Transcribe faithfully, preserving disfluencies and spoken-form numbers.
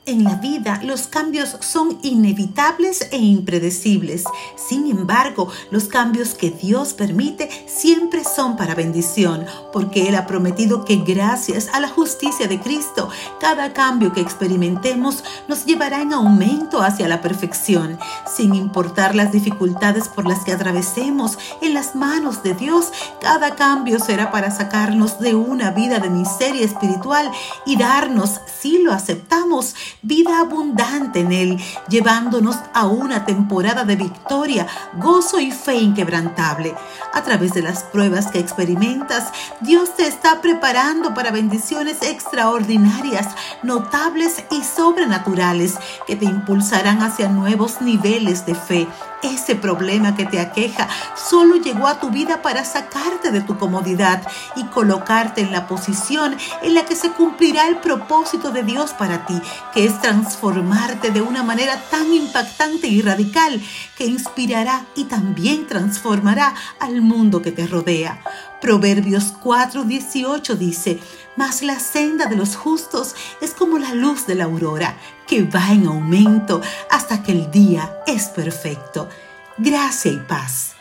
En la vida, los cambios son inevitables e impredecibles. Sin embargo, los cambios que Dios permite siempre son para bendición, porque Él ha prometido que gracias a la justicia de Cristo, cada cambio que experimentemos nos llevará en aumento hacia la perfección. Sin importar las dificultades por las que atravesemos, en las manos de Dios, cada cambio será para sacarnos de una vida de miseria espiritual y darnos, si lo aceptamos, vida abundante en Él, llevándonos a una temporada de victoria, gozo y fe inquebrantable. A través de las pruebas que experimentas, Dios te está preparando para bendiciones extraordinarias, notables y sobrenaturales que te impulsarán hacia nuevos niveles de fe. Ese problema que te aqueja solo llegó a tu vida para sacarte de tu comodidad y colocarte en la posición en la que se cumplirá el propósito de Dios para ti, que es transformarte de una manera tan impactante y radical que inspirará y también transformará al mundo que te rodea. Proverbios cuatro dieciocho dice: mas la senda de los justos es como la luz de la aurora, que va en aumento hasta que el día es perfecto. Gracia y paz.